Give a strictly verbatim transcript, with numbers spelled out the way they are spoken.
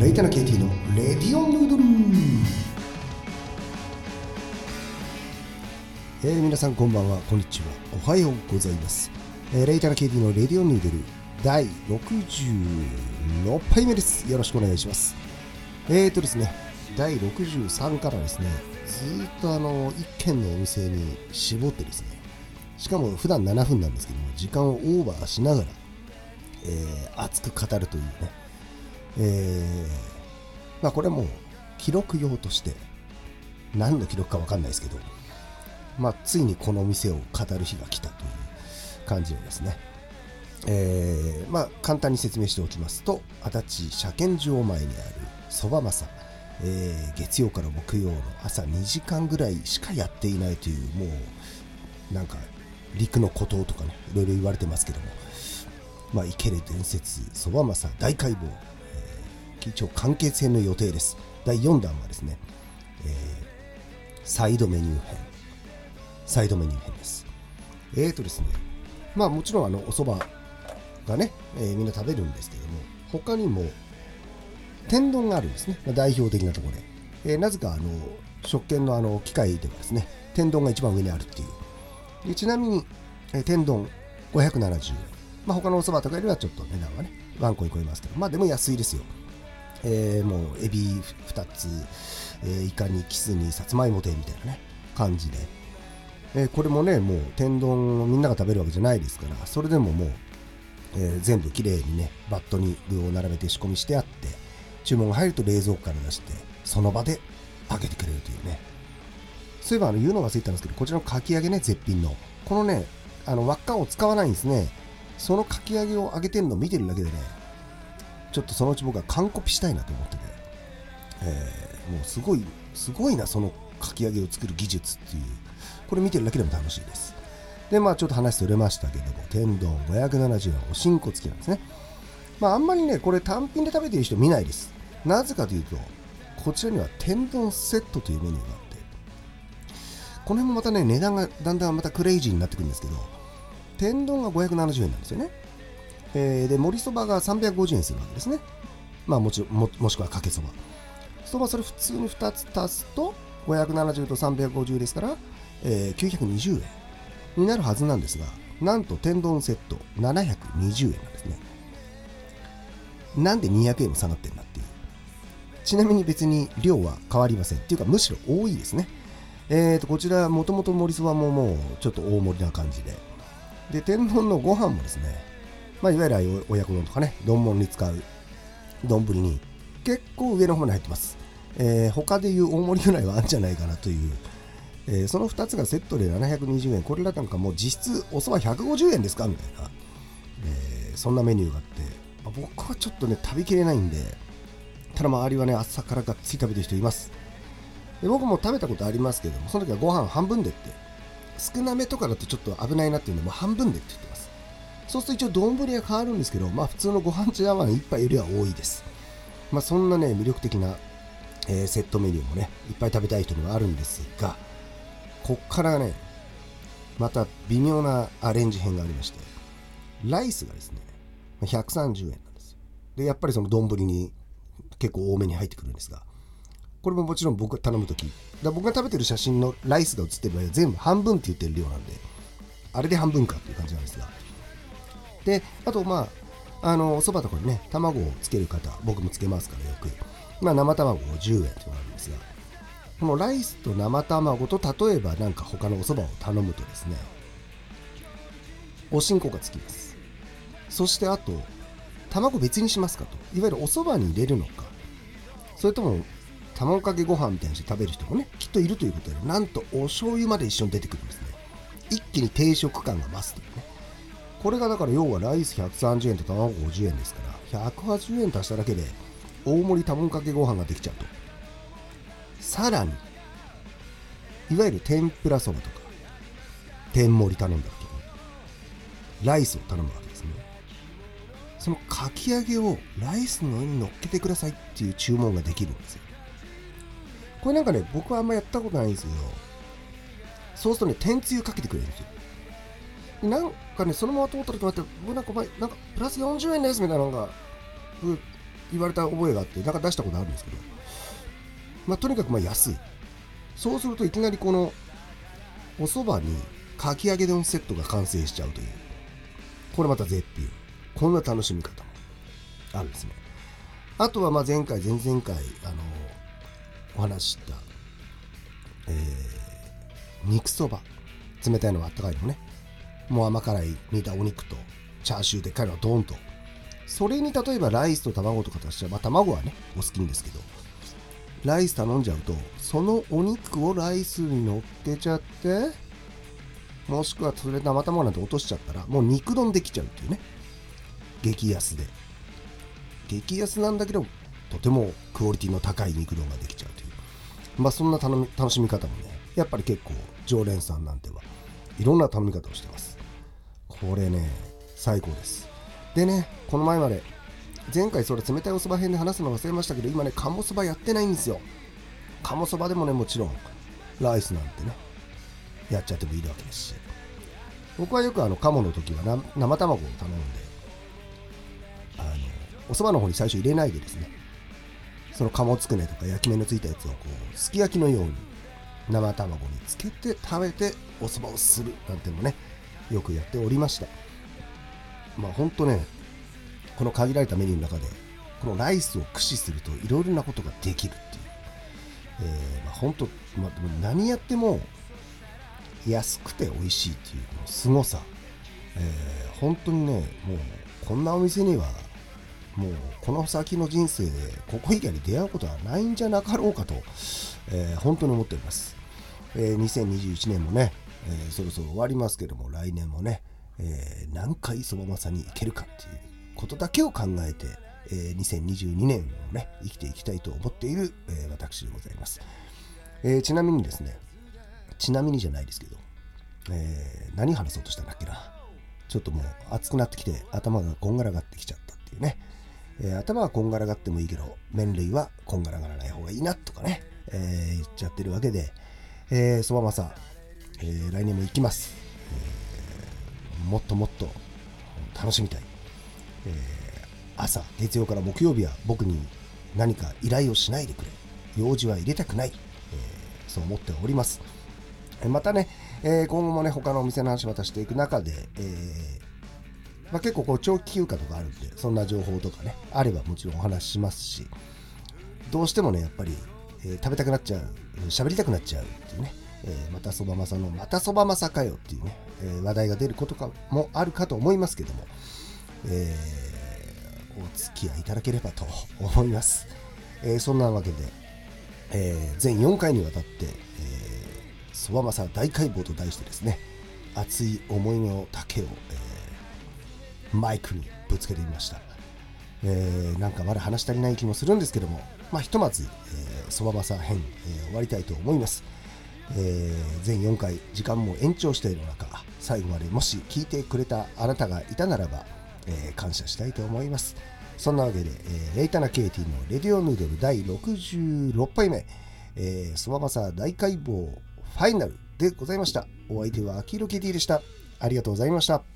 レイタナ ケーティー のレディオンヌードル、えー、皆さんこんばんは、こんにちは、おはようございます、えー、レイタナ ケーティー のレディオンヌードルだいろくじゅうろっぱいめです。よろしくお願いします。えーとですねだいろくじゅうさんからですね、ずっとあのいっけんのお店に絞ってですね、しかも普段ななふんなんですけども、時間をオーバーしながら、えー、熱く語るというね、えー、まあこれはもう記録用として何の記録か分かんないですけど、まあついにこの店を語る日が来たという感じでですね、えー、まあ簡単に説明しておきますと、足立車検場前にあるそばまさ、えー、月曜から木曜の朝にじかんぐらいしかやっていないという、もうなんか陸の孤島とかね、いろいろ言われてますけども、まあ生ける伝説そばまさ大解剖、えー、一応完結編の予定です。だいよんだんはですね、えー、サイドメニュー編サイドメニュー編です。えーとですねまあもちろんあのお蕎麦がね、えー、みんな食べるんですけども、他にも天丼があるんですね、代表的なところで、えー、なぜかあの食券のあの機械ではですね、天丼が一番上にあるっていう。でちなみに、えー、天丼ごひゃくななじゅうえん、まあ他のお蕎麦とかよりはちょっと値段がねワンコに超えますけど、まあでも安いですよ。えー、もうエビふたつ、えー、イカにキスにさつまいも天みたいなね感じで、えー、これもねもう天丼をみんなが食べるわけじゃないですから、それでももう、えー、全部きれいにねバットに具を並べて仕込みしてあって、注文が入ると冷蔵庫から出してその場で揚げてくれるというね。そういえばあの言うのが忘れてたんですけど、こちらのかき揚げね、絶品のこのねあの輪っかを使わないんですね。そのかき揚げを揚げてるのを見てるだけでね、ちょっとそのうち僕は完コピしたいなと思ってて、えー、もうすごいすごいな、そのかき揚げを作る技術っていう、これ見てるだけでも楽しいです。でまあちょっと話それましたけども、天丼ごひゃくななじゅうえん、おしんこ付きなんですね。まああんまりねこれ単品で食べてる人見ないです。なぜかというと、こちらには天丼セットというメニューがあって、この辺もまたね値段がだんだんまたクレイジーになってくるんですけど、天丼がごひゃくななじゅうえんなんですよね。えー、で盛りそばがさんびゃくごじゅうえんするわけですね。まあもちろん も, もしくはかけそばそば、それ普通にふたつ足すとごひゃくななじゅうとさんびゃくごじゅうですから、えー、きゅうひゃくにじゅうえんになるはずなんですが、なんと天丼セットななひゃくにじゅうえんなんですね。なんでにひゃくえんも下がってんだっていう。ちなみに別に量は変わりませんっていうか、むしろ多いですね。えーとこちらもともと盛りそばももうちょっと大盛りな感じで、で天丼のご飯もですね、まあいわゆる親子丼とかね、丼物に使う丼に結構上の方に入ってます。えー、他でいう大盛りぐらいはあるんじゃないかなという、えー、そのふたつがセットでななひゃくにじゅうえん、これらなんかもう実質おそばひゃくごじゅうえんですかみたいな、えー、そんなメニューがあって、まあ、僕はちょっとね食べきれないんで、ただ周りはね朝からがっつり食べてる人います。で僕も食べたことありますけども、その時はご飯半分でって、少なめとかだとちょっと危ないなっていうのも半分でって言ってます。そうすると一応丼は変わるんですけど、まあ普通のご飯茶碗一杯よりは多いです。まあそんなね魅力的な、えー、セットメニューもねいっぱい食べたい人にはあるんですが、こっからねまた微妙なアレンジ編がありまして、ライスがですねひゃくさんじゅうえんなんですよ。でやっぱりその丼に結構多めに入ってくるんですが、これももちろん僕が頼むときだ、僕が食べてる写真のライスが写ってる場合は全部半分って言ってる量なんで、あれで半分かっていう感じなんですが、であとまああのお蕎麦とかにね卵をつける方、僕もつけますからよく、まあ生卵をじゅうえんというのがあるんですが、このライスと生卵と例えばなんか他のお蕎麦を頼むとですね、おしんこがつきます。そしてあと卵別にしますかと、いわゆるお蕎麦に入れるのか、それとも卵かけご飯みたいにして食べる人もねきっといるということで、なんとお醤油まで一緒に出てくるんですね。一気に定食感が増すというね。これがだから要はライスひゃくさんじゅうえんと卵ごじゅうえんですから、ひゃくはちじゅうえん足しただけで大盛り卵かけご飯ができちゃうと。さらにいわゆる天ぷらそばとか天盛り頼んだ時にライスを頼むわけですね。そのかき揚げをライスの上に乗っけてくださいっていう注文ができるんですよ。これなんかね僕はあんまやったことないんですけど、そうするとね天つゆかけてくれるんですよ。なんかねそのまま通った時もあって、僕なんかお前なんかプラスよんじゅうえんですみたいなのが言われた覚えがあってなんか出したことあるんですけど、まあとにかくまあ安い。そうするといきなりこのお蕎麦にかき揚げ丼セットが完成しちゃうという、これまた絶品。こんな楽しみ方もあるんですね。あとはまあ前回前々回あのお話しした、えー、肉そば、冷たいのはあったかいのね、もう甘辛い煮たお肉とチャーシューでっかいのがドーンと、それに例えばライスと卵とか足したら、まあ卵はねお好きんですけど、ライス頼んじゃうとそのお肉をライスに乗っけちゃって、もしくはそれ生卵なんて落としちゃったらもう肉丼できちゃうっていうね、激安で、激安なんだけどとてもクオリティの高い肉丼ができちゃうという、まあそんな頼み楽しみ方もね、やっぱり結構常連さんなんてはいろんな頼み方をしてます。これね最高です。でね、この前まで前回それ冷たいお蕎麦編で話すの忘れましたけど、今ね鴨そばやってないんですよ。鴨そばでもねもちろんライスなんてねやっちゃってもいいわけですし、僕はよくあの鴨の時はな生卵を頼んで、あのお蕎麦の方に最初入れないでですね、その鴨つくねとか焼き目のついたやつをこうすき焼きのように生卵につけて食べてお蕎麦をするなんてのもねよくやっておりました。まあほんとね、この限られたメニューの中でこのライスを駆使するといろいろなことができるっていう、えー、まあ本当、まあ、何やっても安くて美味しいっていうこの凄さ、えー、本当にね、もうこんなお店にはもうこの先の人生でここ以外に出会うことはないんじゃなかろうかと、えー、本当に思っております。えー、にせんにじゅういちねんもね、えー、そろそろ終わりますけども、来年もね、えー、何回そばまさに行けるかっていうことだけを考えて、えー、にせんにじゅうにねんをね生きていきたいと思っている、えー、私でございます。えー、ちなみにですね、ちなみにじゃないですけど、えー、何話そうとしたんだっけな。ちょっともう熱くなってきて頭がこんがらがってきちゃったっていうね、えー、頭はこんがらがってもいいけど麺類はこんがらがらない方がいいなとかね、えー、言っちゃってるわけで、えー、そばまさ、えー、来年も行きます。えー、もっともっと楽しみたい。えー、朝月曜から木曜日は僕に何か依頼をしないでくれ、用事は入れたくない、えー、そう思っております。またね、えー、今後もね他のお店の話またしていく中で、えーまあ、結構こう長期休暇とかあるんで、そんな情報とかねあればもちろんお話ししますし、どうしてもねやっぱり、えー、食べたくなっちゃう、喋りたくなっちゃうっていうね、えー、またそばまさのまたそばまさかよっていうね、えー、話題が出ることかもあるかと思いますけども、えー、お付き合いいただければと思います。えー、そんなわけで、えー、全よんかいにわたって、えーそばまさ大解剖と題してですね、熱い思いの丈を、えー、マイクにぶつけてみました。えー、なんかまだ話し足りない気もするんですけども、まあひとまずそばまさ編、えー、終わりたいと思います。えー、全よんかい時間も延長している中、最後までもし聞いてくれたあなたがいたならば、えー、感謝したいと思います。そんなわけで、えー、レイタナケイティのレディオヌードルだいろくじゅうろっぱいめ、そばまさ大解剖ファイナルでございました。お相手はアキーロケティでした。ありがとうございました。